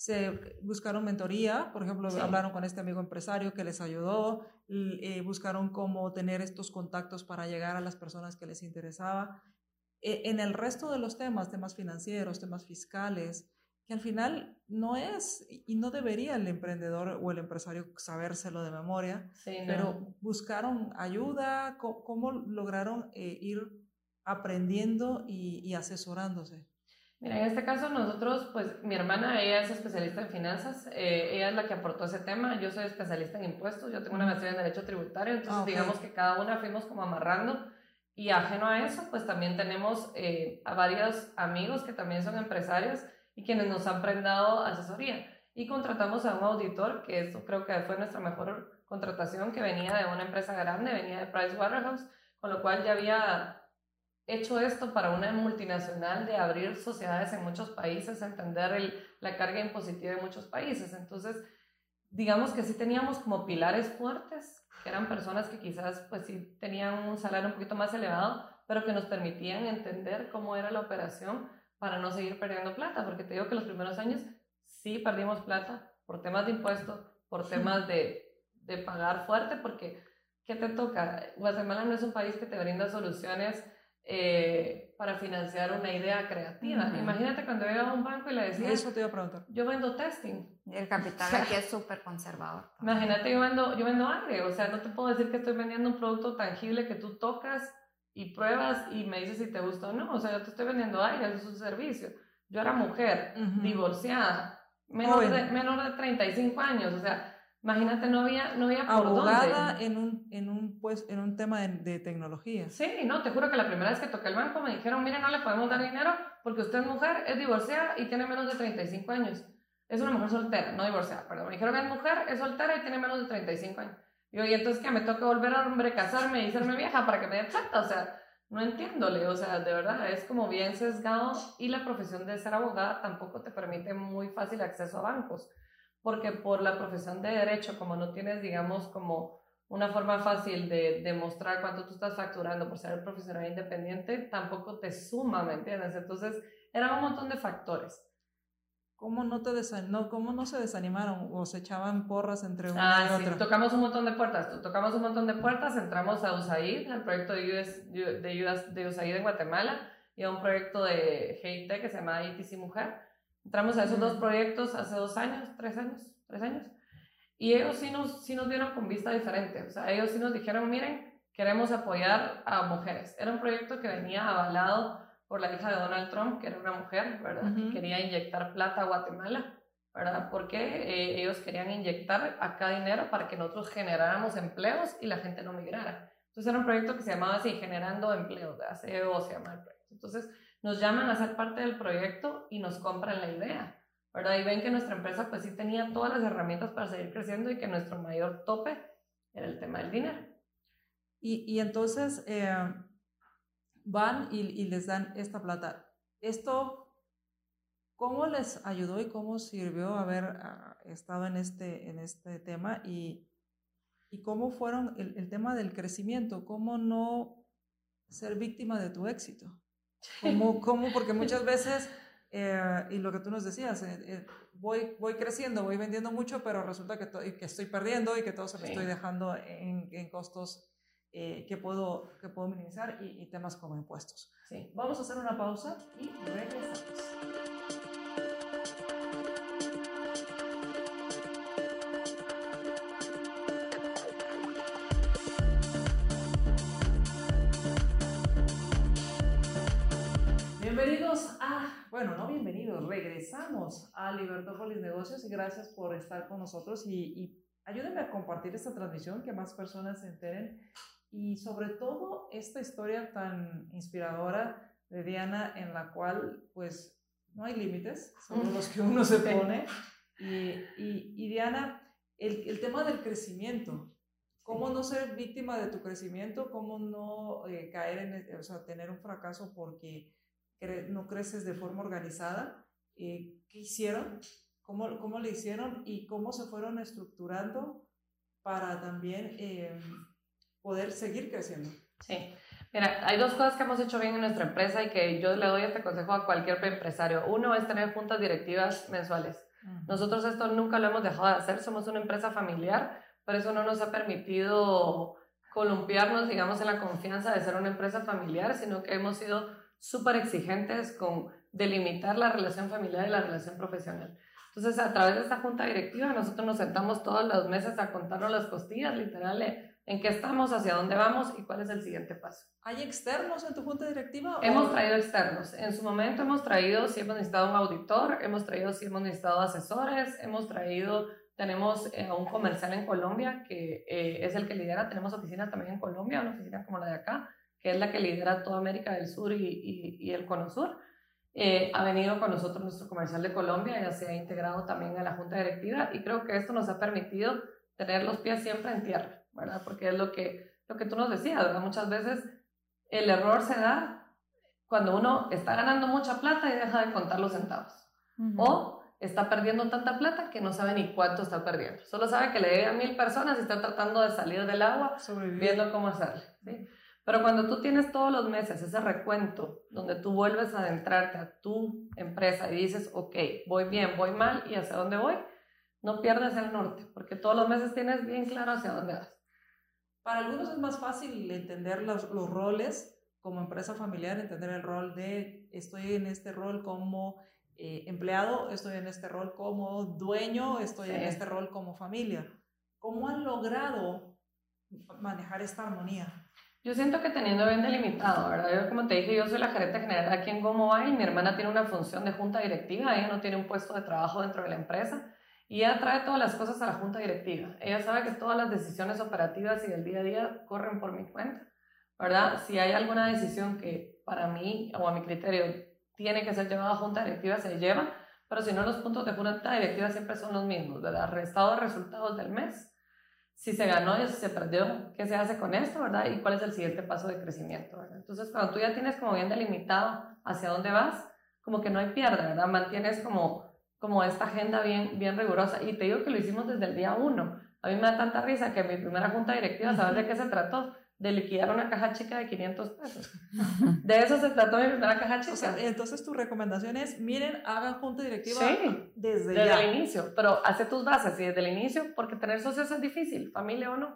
se buscaron mentoría, por ejemplo, sí. Hablaron con este amigo empresario que les ayudó, eh, buscaron cómo tener estos contactos para llegar a las personas que les interesaba. Eh, en el resto de los temas, temas financieros, temas fiscales, que al final no es y no debería el emprendedor o el empresario sabérselo de memoria,
sí, no.
Pero buscaron ayuda, ¿cómo, cómo lograron eh, ir aprendiendo y, y asesorándose?
Mira, en este caso nosotros, pues mi hermana, ella es especialista en finanzas, eh, ella es la que aportó ese tema, yo soy especialista en impuestos, yo tengo una maestría en Derecho Tributario, entonces ah, okay. digamos que cada una fuimos como amarrando, y ajeno a eso, pues también tenemos eh, a varios amigos que también son empresarios y quienes nos han prestado asesoría, y contratamos a un auditor, que eso creo que fue nuestra mejor contratación, que venía de una empresa grande, venía de Pricewaterhouse, con lo cual ya había hecho esto para una multinacional de abrir sociedades en muchos países, entender el, la carga impositiva de muchos países. Entonces, digamos que sí teníamos como pilares fuertes, que eran personas que quizás pues sí tenían un salario un poquito más elevado, pero que nos permitían entender cómo era la operación para no seguir perdiendo plata, porque te digo que los primeros años sí perdimos plata por temas de impuestos, por temas de, de pagar fuerte, porque ¿qué te toca? Guatemala no es un país que te brinda soluciones Eh, para financiar una idea creativa. Uh-huh. Imagínate cuando yo iba a un banco y le decía,
eso te iba a preguntar.
Yo vendo testing.
Y el capital aquí es súper conservador.
Imagínate, yo vendo, yo vendo aire, o sea, no te puedo decir que estoy vendiendo un producto tangible que tú tocas y pruebas y me dices si te gusta o no, o sea, yo te estoy vendiendo aire, eso es un servicio. Yo era mujer, uh-huh. divorciada, menor de, menor de treinta y cinco años, o sea, imagínate, no había, no había por
abogada
dónde.
en un, en un, pues, en un tema de, de tecnología.
Sí, no, te juro que la primera vez que toqué el banco me dijeron, mire, no le podemos dar dinero porque usted es mujer, es divorciada y tiene menos de treinta y cinco años. Es una mujer soltera, no divorciada, perdón. Me dijeron que es mujer, es soltera y tiene menos de treinta y cinco años. Y yo, ¿y entonces qué? ¿Me toca volver a hombre, casarme y hacerme vieja para que me dé plata? O sea, no entiéndole, o sea, de verdad, es como bien sesgado y la profesión de ser abogada tampoco te permite muy fácil acceso a bancos. Porque por la profesión de derecho, como no tienes, digamos, como una forma fácil de demostrar cuánto tú estás facturando por ser el profesional independiente, tampoco te suma, ¿me entiendes? Entonces, eran un montón de factores.
¿Cómo no, te desan- no, ¿Cómo no se desanimaron o se echaban porras entre una
ah,
y
sí,
otra?
Tocamos un montón de puertas, tocamos un montón de puertas, entramos a U S A I D, al proyecto de, U S, de, de U S A I D en Guatemala, y a un proyecto de G I T que se llama I T C Mujer. Entramos a esos dos proyectos hace dos años, tres años, tres años, y ellos sí nos, sí nos vieron con vista diferente, o sea, ellos sí nos dijeron, miren, queremos apoyar a mujeres. Era un proyecto que venía avalado por la hija de Donald Trump, que era una mujer, ¿verdad?, uh-huh. que quería inyectar plata a Guatemala, ¿verdad?, porque eh, ellos querían inyectar acá dinero para que nosotros generáramos empleos y la gente no migrara. Entonces era un proyecto que se llamaba así, Generando Empleos, ¿verdad? C E O se llama el proyecto. Entonces, nos llaman a ser parte del proyecto y nos compran la idea, ¿verdad? Y ven que nuestra empresa pues sí tenía todas las herramientas para seguir creciendo y que nuestro mayor tope era el tema del dinero.
Y, y entonces eh, van y, y les dan esta plata. Esto, ¿cómo les ayudó y cómo sirvió haber uh, estado en este, en este tema? Y, y cómo fueron el, el tema del crecimiento, cómo no ser víctima de tu éxito. ¿Cómo, cómo? Porque muchas veces, eh, y lo que tú nos decías, eh, eh, voy, voy creciendo, voy vendiendo mucho, pero resulta que, to- que estoy perdiendo y que todo se me sí. estoy dejando en, en costos eh, que, puedo, que puedo minimizar y, y temas como impuestos.
Sí.
Vamos a hacer una pausa y regresamos. Bienvenidos a, bueno, no bienvenidos, regresamos a Libertópolis Negocios y gracias por estar con nosotros y, y ayúdenme a compartir esta transmisión, que más personas se enteren y sobre todo esta historia tan inspiradora de Diana en la cual pues no hay límites, son los que uno se pone y, y, y Diana, el, el tema del crecimiento. ¿Cómo no ser víctima de tu crecimiento? ¿Cómo no eh, caer en, el, o sea, tener un fracaso porque cre no creces de forma organizada? Eh, ¿Qué hicieron? ¿Cómo, ¿Cómo le hicieron? ¿Y cómo se fueron estructurando para también eh, poder seguir creciendo?
Sí. Mira, hay dos cosas que hemos hecho bien en nuestra empresa y que yo le doy este consejo a cualquier empresario. Uno es tener juntas directivas mensuales. Uh-huh. Nosotros esto nunca lo hemos dejado de hacer. Somos una empresa familiar. Por eso no nos ha permitido columpiarnos, digamos, en la confianza de ser una empresa familiar, sino que hemos sido súper exigentes con delimitar la relación familiar y la relación profesional. Entonces, a través de esta junta directiva, nosotros nos sentamos todos los meses a contarnos las costillas, literal, en qué estamos, hacia dónde vamos y cuál es el siguiente paso.
¿Hay externos en tu junta directiva?
Hemos traído externos. En su momento hemos traído, si hemos necesitado un auditor, hemos traído, si hemos necesitado asesores, hemos traído... Tenemos eh, un comercial en Colombia que eh, es el que lidera, tenemos oficinas también en Colombia, una oficina como la de acá, que es la que lidera toda América del Sur y, y, y el Cono Sur. Eh, ha venido con nosotros nuestro comercial de Colombia, ya se ha integrado también a la junta directiva y creo que esto nos ha permitido tener los pies siempre en tierra, ¿verdad? Porque es lo que, lo que tú nos decías, ¿verdad? Muchas veces el error se da cuando uno está ganando mucha plata y deja de contar los centavos. Uh-huh. O está perdiendo tanta plata que no sabe ni cuánto está perdiendo. Solo sabe que le debe a mil personas y está tratando de salir del agua, viendo cómo hacerle, ¿sí? Pero cuando tú tienes todos los meses ese recuento, donde tú vuelves a adentrarte a tu empresa y dices, ok, voy bien, voy mal y hacia dónde voy, no pierdes el norte, porque todos los meses tienes bien claro hacia dónde vas.
Para algunos es más fácil entender los, los roles como empresa familiar, entender el rol de estoy en este rol como Eh, empleado, estoy en este rol como dueño, estoy sí. en este rol como familia. ¿Cómo han logrado manejar esta armonía?
Yo siento que teniendo bien delimitado, ¿verdad? Yo, como te dije, yo soy la gerente general aquí en GoMobile, mi hermana tiene una función de junta directiva, ella no tiene un puesto de trabajo dentro de la empresa y ella trae todas las cosas a la junta directiva. Ella sabe que todas las decisiones operativas y del día a día corren por mi cuenta, ¿verdad? Si hay alguna decisión que para mí o a mi criterio tiene que ser llevado a junta directiva, se lleva, pero si no, los puntos de junta directiva siempre son los mismos, ¿verdad? Restado de resultados del mes, si se ganó y si se perdió, ¿qué se hace con esto, verdad? Y cuál es el siguiente paso de crecimiento, ¿verdad? Entonces, cuando tú ya tienes como bien delimitado hacia dónde vas, como que no hay pierde, ¿verdad? Mantienes como, como esta agenda bien, bien rigurosa, y te digo que lo hicimos desde el día uno. A mí me da tanta risa que mi primera junta directiva, ¿sabes de qué se trató? De liquidar una caja chica de quinientos pesos. De eso se trató mi primera caja chica.
O sea, entonces tu recomendación es, miren, hagan junta directiva
sí,
desde,
desde
ya.
el inicio, pero hace tus bases y desde el inicio, porque tener socios es difícil, familia o no.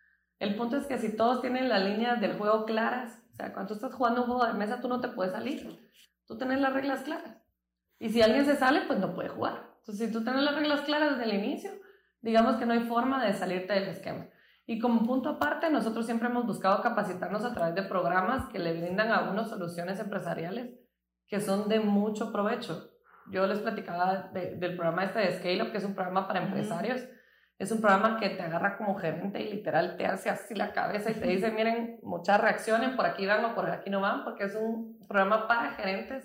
El punto es que si todos tienen las líneas del juego claras, o sea, cuando tú estás jugando un juego de mesa, tú no te puedes salir. Tú tienes las reglas claras. Y si alguien se sale, pues no puede jugar. Entonces, si tú tienes las reglas claras desde el inicio, digamos que no hay forma de salirte del esquema. Y como punto aparte, nosotros siempre hemos buscado capacitarnos a través de programas que le brindan a uno soluciones empresariales que son de mucho provecho. Yo les platicaba de, del programa este de Scale Up, que es un programa para empresarios. Uh-huh. Es un programa que te agarra como gerente y literal te hace así la cabeza y te dice, miren, muchas reacciones, por aquí van o por aquí no van, porque es un programa para gerentes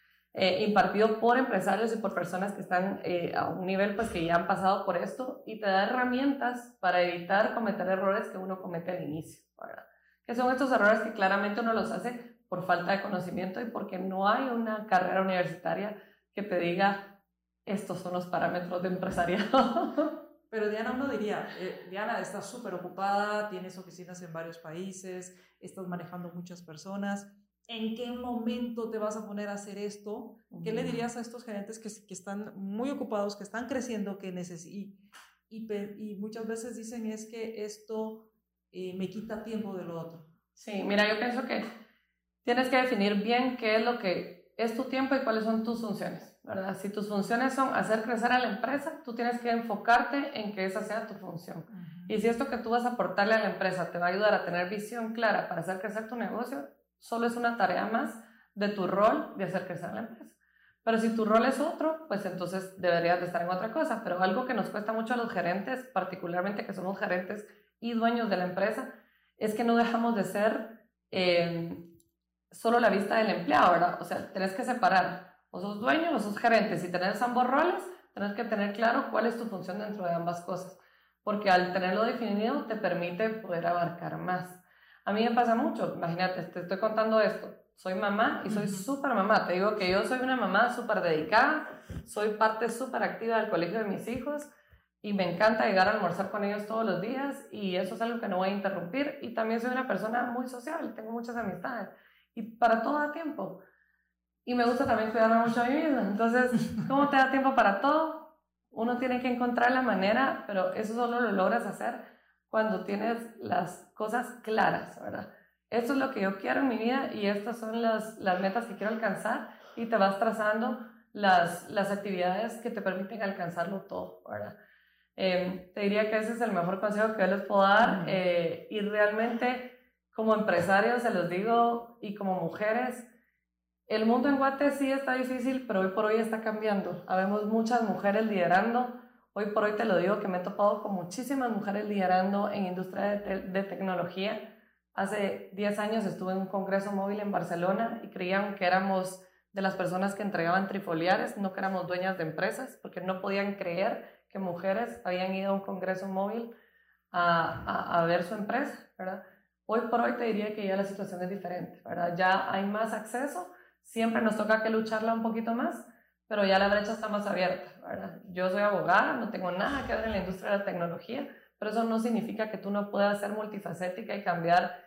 Eh, impartido por empresarios y por personas que están eh, a un nivel pues que ya han pasado por esto y te da herramientas para evitar cometer errores que uno comete al inicio, ¿verdad? Que son estos errores que claramente uno los hace por falta de conocimiento y porque no hay una carrera universitaria que te diga estos son los parámetros de empresariado.
Pero Diana, uno diría, eh, Diana, estás súper ocupada, tienes oficinas en varios países, estás manejando muchas personas. ¿En qué momento te vas a poner a hacer esto? ¿Qué le dirías a estos gerentes que, que están muy ocupados, que están creciendo, que necesitan? Y, y, y muchas veces dicen es que esto eh, me quita tiempo de lo otro.
Sí, mira, yo pienso que tienes que definir bien qué es lo que es tu tiempo y cuáles son tus funciones, ¿verdad? Si tus funciones son hacer crecer a la empresa, tú tienes que enfocarte en que esa sea tu función. Uh-huh. Y si esto que tú vas a aportarle a la empresa te va a ayudar a tener visión clara para hacer crecer tu negocio, solo es una tarea más de tu rol de hacer crecer la empresa. Pero si tu rol es otro, pues entonces deberías de estar en otra cosa. Pero algo que nos cuesta mucho a los gerentes, particularmente que somos gerentes y dueños de la empresa, es que no dejamos de ser eh, solo la vista del empleado, ¿verdad? O sea, tenés que separar, o sos dueño o sos gerente. Si tenés ambos roles, tenés que tener claro cuál es tu función dentro de ambas cosas, porque al tenerlo definido te permite poder abarcar más. A mí me pasa mucho, imagínate, te estoy contando esto, soy mamá y soy súper mamá, te digo que yo soy una mamá súper dedicada, soy parte súper activa del colegio de mis hijos y me encanta llegar a almorzar con ellos todos los días y eso es algo que no voy a interrumpir, y también soy una persona muy sociable, tengo muchas amistades y para todo da tiempo. Y me gusta también cuidarme mucho a mí misma. Entonces, ¿cómo te da tiempo para todo? Uno tiene que encontrar la manera, pero eso solo lo logras hacer cuando tienes las cosas claras, ¿verdad? Esto es lo que yo quiero en mi vida y estas son las, las metas que quiero alcanzar, y te vas trazando las, las actividades que te permiten alcanzarlo todo, ¿verdad? Eh, te diría que ese es el mejor consejo que yo les puedo dar, eh, y realmente como empresarios se los digo, y como mujeres, el mundo en Guate sí está difícil, pero hoy por hoy está cambiando. Habemos muchas mujeres liderando. Hoy por hoy te lo digo que me he topado con muchísimas mujeres liderando en industria de, te de tecnología. Hace diez años estuve en un congreso móvil en Barcelona y creían que éramos de las personas que entregaban trifoliares, no que éramos dueñas de empresas, porque no podían creer que mujeres habían ido a un congreso móvil a, a, a ver su empresa, ¿verdad? Hoy por hoy te diría que ya la situación es diferente, ¿verdad? Ya hay más acceso, siempre nos toca que lucharla un poquito más, pero ya la brecha está más abierta, ¿verdad? Yo soy abogada, no tengo nada que ver en la industria de la tecnología, pero eso no significa que tú no puedas ser multifacética y cambiar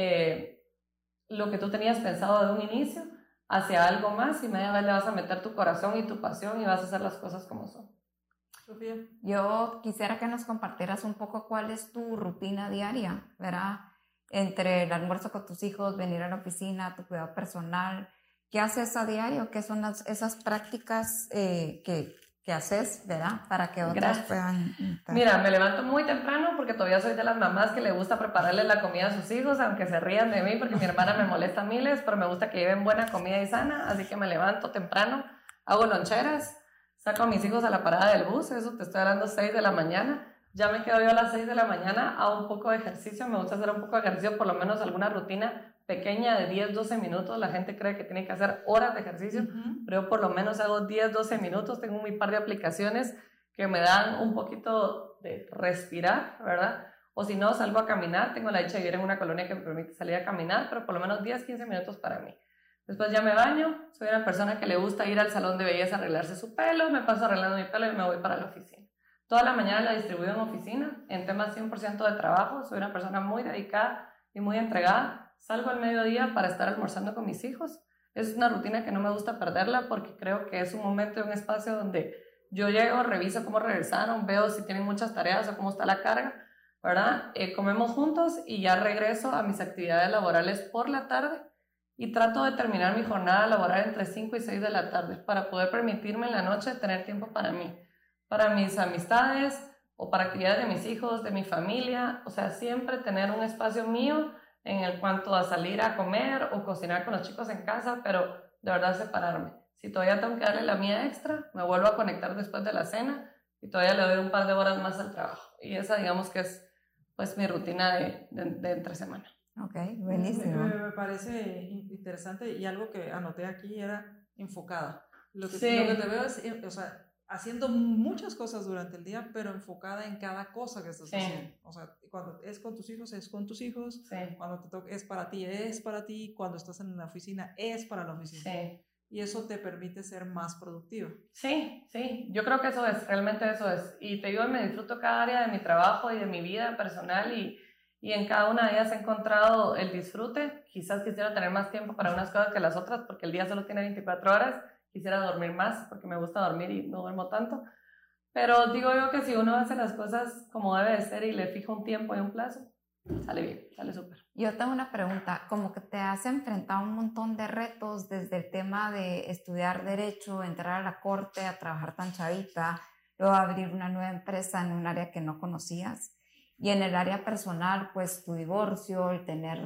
eh, lo que tú tenías pensado de un inicio hacia algo más, y media vez le vas a meter tu corazón y tu pasión y vas a hacer las cosas como son.
Sofía.
Yo quisiera que nos compartieras un poco cuál es tu rutina diaria, ¿verdad? Entre el almuerzo con tus hijos, venir a la oficina, tu cuidado personal. ¿Qué haces a diario? ¿Qué son las, esas prácticas eh, que, que haces, ¿verdad? Para que otras
Gracias.
puedan...
Mira, me levanto muy temprano porque todavía soy de las mamás que le gusta prepararle la comida a sus hijos, aunque se rían de mí porque mi hermana me molesta miles, pero me gusta que lleven buena comida y sana, así que me levanto temprano, hago loncheras, saco a mis hijos a la parada del bus, eso te estoy hablando seis de la mañana. Ya me quedo yo a las seis de la mañana, hago un poco de ejercicio, me gusta hacer un poco de ejercicio, por lo menos alguna rutina pequeña de diez, doce minutos. La gente cree que tiene que hacer horas de ejercicio, uh-huh. pero yo por lo menos hago diez, doce minutos. Tengo un par de aplicaciones que me dan un poquito de respirar, ¿verdad? O si no, salgo a caminar. Tengo la dicha de vivir en una colonia que me permite salir a caminar, pero por lo menos diez, quince minutos para mí. Después ya me baño, soy una persona que le gusta ir al salón de belleza a arreglarse su pelo, me paso arreglando mi pelo y me voy para la oficina. Toda la mañana la distribuyo en oficina, en temas cien por ciento de trabajo. Soy una persona muy dedicada y muy entregada. Salgo al mediodía para estar almorzando con mis hijos. Es una rutina que no me gusta perderla porque creo que es un momento y un espacio donde yo llego, reviso cómo regresaron, veo si tienen muchas tareas o cómo está la carga, ¿verdad? Eh, comemos juntos y ya regreso a mis actividades laborales por la tarde y trato de terminar mi jornada laboral entre cinco y seis de la tarde para poder permitirme en la noche tener tiempo para mí, para mis amistades o para actividades de mis hijos, de mi familia. O sea, siempre tener un espacio mío en el cuanto a salir a comer o cocinar con los chicos en casa, pero de verdad separarme. Si todavía tengo que darle la mía extra, me vuelvo a conectar después de la cena y todavía le doy un par de horas más al trabajo. Y esa, digamos que es pues mi rutina de, de, de entre semana.
Ok, buenísimo.
Me, me parece interesante, y algo que anoté aquí era enfocada. Lo que,
sí.
lo que te veo es, o sea, haciendo muchas cosas durante el día, pero enfocada en cada cosa que estás sí. haciendo. O sea, cuando es con tus hijos, es con tus hijos.
Sí.
Cuando te toca, es para ti, es para ti. Cuando estás en la oficina, es para la oficina.
Sí.
Y eso te permite ser más productivo.
Sí, sí. Yo creo que eso es, realmente eso es. Y te digo, me disfruto cada área de mi trabajo y de mi vida personal, y, y en cada una de ellas he encontrado el disfrute. Quizás quisiera tener más tiempo para unas cosas que las otras, porque el día solo tiene veinticuatro horas. Quisiera dormir más porque me gusta dormir y no duermo tanto. Pero digo yo que si uno hace las cosas como debe de ser y le fija un tiempo y un plazo, sale bien, sale súper.
Yo tengo una pregunta. Como que te has enfrentado a un montón de retos desde el tema de estudiar Derecho, entrar a la corte, a trabajar tan chavita, luego abrir una nueva empresa en un área que no conocías. Y en el área personal, pues tu divorcio, el tener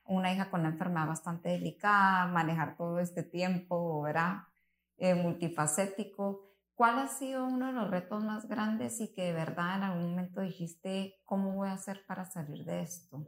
una hija con una enfermedad bastante delicada, manejar todo este tiempo, ¿verdad? Eh, multifacético. ¿Cuál ha sido uno de los retos más grandes y que de verdad en algún momento dijiste, ¿cómo voy a hacer para salir de esto?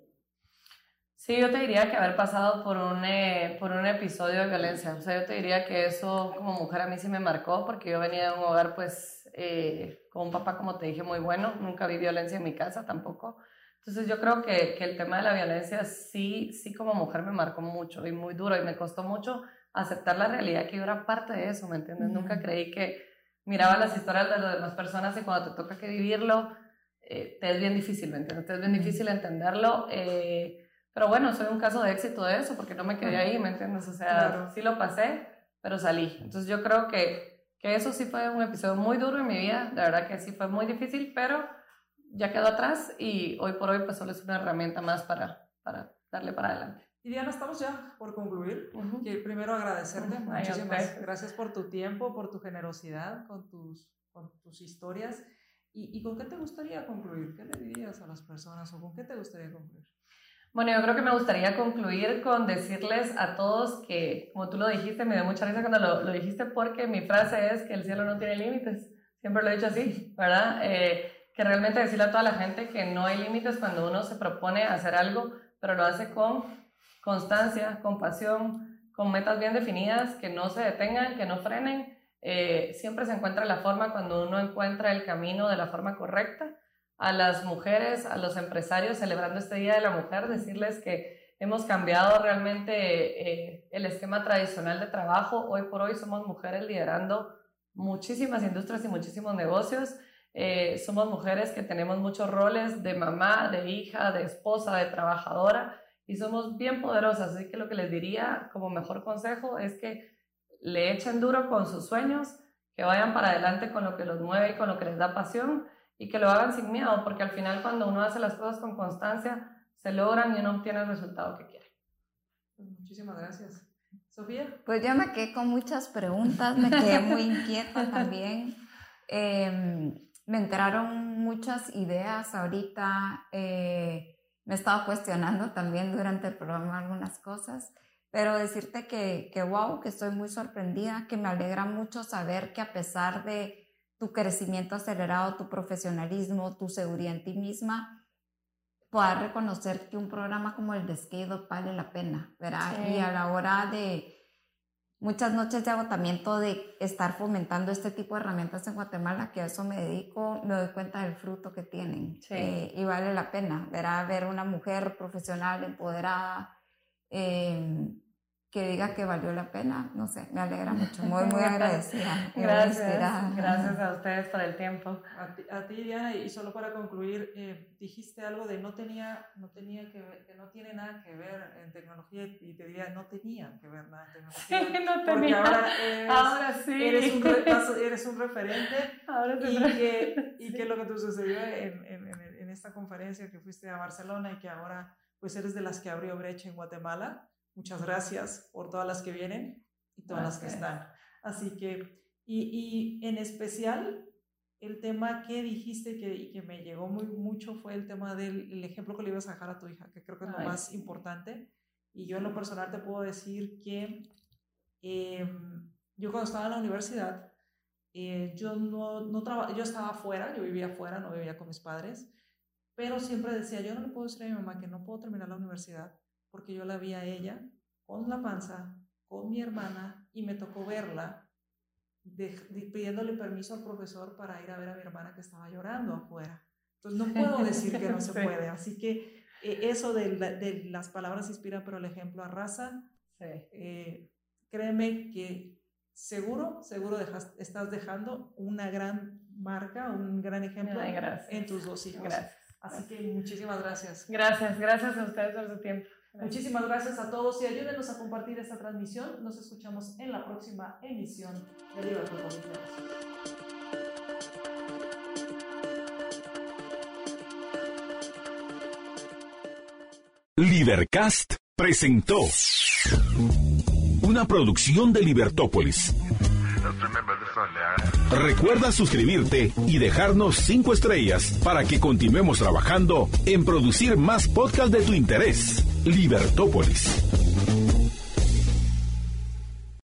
Sí, yo te diría que haber pasado por un, eh, por un episodio de violencia. O sea, yo te diría que eso como mujer a mí sí me marcó, porque yo venía de un hogar, pues, eh, con un papá, como te dije, muy bueno. Nunca vi violencia en mi casa tampoco. Entonces yo creo que, que el tema de la violencia sí, sí como mujer me marcó mucho y muy duro, y me costó mucho aceptar la realidad que yo era parte de eso, ¿me entiendes? Uh-huh. Nunca creí que miraba las historias de las demás personas y cuando te toca que vivirlo, eh, te es bien difícil, ¿me entiendes? Te es bien difícil entenderlo. Eh, Pero bueno, soy un caso de éxito de eso, porque no me quedé ahí, ¿me entiendes? O sea, claro. Sí lo pasé, pero salí. Entonces yo creo que, que eso sí fue un episodio muy duro en mi vida, de verdad que sí fue muy difícil, pero ya quedó atrás y hoy por hoy pues solo es una herramienta más para, para darle para adelante.
Y Diana, estamos ya por concluir. Uh-huh. Que primero agradecerte, uh-huh. muchísimas Ay, okay. gracias por tu tiempo, por tu generosidad, con tus, con tus historias. ¿Y, ¿Y con qué te gustaría concluir? ¿Qué le dirías a las personas o con qué te gustaría concluir?
Bueno, yo creo que me gustaría concluir con decirles a todos que, como tú lo dijiste, me dio mucha risa cuando lo, lo dijiste, porque mi frase es que el cielo no tiene límites. Siempre lo he dicho así, ¿verdad? Eh, que realmente decirle a toda la gente que no hay límites cuando uno se propone hacer algo, pero lo hace con constancia, con pasión, con metas bien definidas, que no se detengan, que no frenen. Eh, siempre se encuentra la forma cuando uno encuentra el camino de la forma correcta. A las mujeres, a los empresarios celebrando este Día de la Mujer, decirles que hemos cambiado realmente eh, el esquema tradicional de trabajo. Hoy por hoy somos mujeres liderando muchísimas industrias y muchísimos negocios. Eh, somos mujeres que tenemos muchos roles de mamá, de hija, de esposa, de trabajadora, y somos bien poderosas. Así que lo que les diría como mejor consejo es que le echen duro con sus sueños, que vayan para adelante con lo que los mueve y con lo que les da pasión, y que lo hagan sin miedo, porque al final cuando uno hace las cosas con constancia, se logran y uno obtiene el resultado que quiere.
Muchísimas gracias. Sofía.
Pues yo me quedé con muchas preguntas, me quedé muy inquieta también. Eh, me entraron muchas ideas ahorita, eh, me he estado cuestionando también durante el programa algunas cosas, pero decirte que, que wow, que estoy muy sorprendida, que me alegra mucho saber que a pesar de tu crecimiento acelerado, tu profesionalismo, tu seguridad en ti misma, puedas reconocer que un programa como el de Scale Up vale la pena, ¿verdad? Sí. Y a la hora de muchas noches de agotamiento de estar fomentando este tipo de herramientas en Guatemala, que a eso me dedico, me doy cuenta del fruto que tienen. Sí. Eh, y vale la pena, ¿verdad? Ver una mujer profesional, empoderada, eh, que diga que valió la pena, no sé, me alegra mucho, muy, muy agradecida.
Gracias, gracias a ustedes por el tiempo.
A ti, a ti Diana, y solo para concluir, eh, dijiste algo de no tenía, no tenía que ver, que no tiene nada que ver en tecnología, y te diría, no tenía que ver nada en tecnología.
Sí, no tenía.
Porque ahora eres,
ahora sí.
eres, un, re, eres un referente,
ahora sí.
y, que, y sí. que lo que te sucedió en, en, en, en esta conferencia que fuiste a Barcelona y que ahora pues eres de las que abrió brecha en Guatemala. Muchas gracias por todas las que vienen y todas gracias. Las que están. Así que, y, y en especial, el tema que dijiste que, y que me llegó muy mucho fue el tema del el ejemplo que le ibas a dejar a tu hija, que creo que es Ay. Lo más importante. Y yo en lo personal te puedo decir que eh, yo cuando estaba en la universidad, eh, yo, no, no traba, yo estaba afuera, yo vivía afuera, no vivía con mis padres, pero siempre decía, yo no le puedo decir a mi mamá que no puedo terminar la universidad, porque yo la vi a ella con la panza, con mi hermana, y me tocó verla de, de, pidiéndole permiso al profesor para ir a ver a mi hermana que estaba llorando afuera. Entonces no puedo decir que no se sí. puede. Así que eh, eso de, de las palabras inspiran, pero el ejemplo arrasa. Sí. Eh, créeme que seguro, seguro dejas, estás dejando una gran marca, un gran ejemplo Ay, en tus dos hijos.
Gracias.
Así que muchísimas gracias.
Gracias, gracias a ustedes por su tiempo.
Gracias. Muchísimas gracias a todos y ayúdenos a compartir esta transmisión. Nos escuchamos en la próxima emisión de Libertópolis.
Libercast presentó una producción de Libertópolis. Recuerda suscribirte y dejarnos cinco estrellas para que continuemos trabajando en producir más podcasts de tu interés. Libertópolis.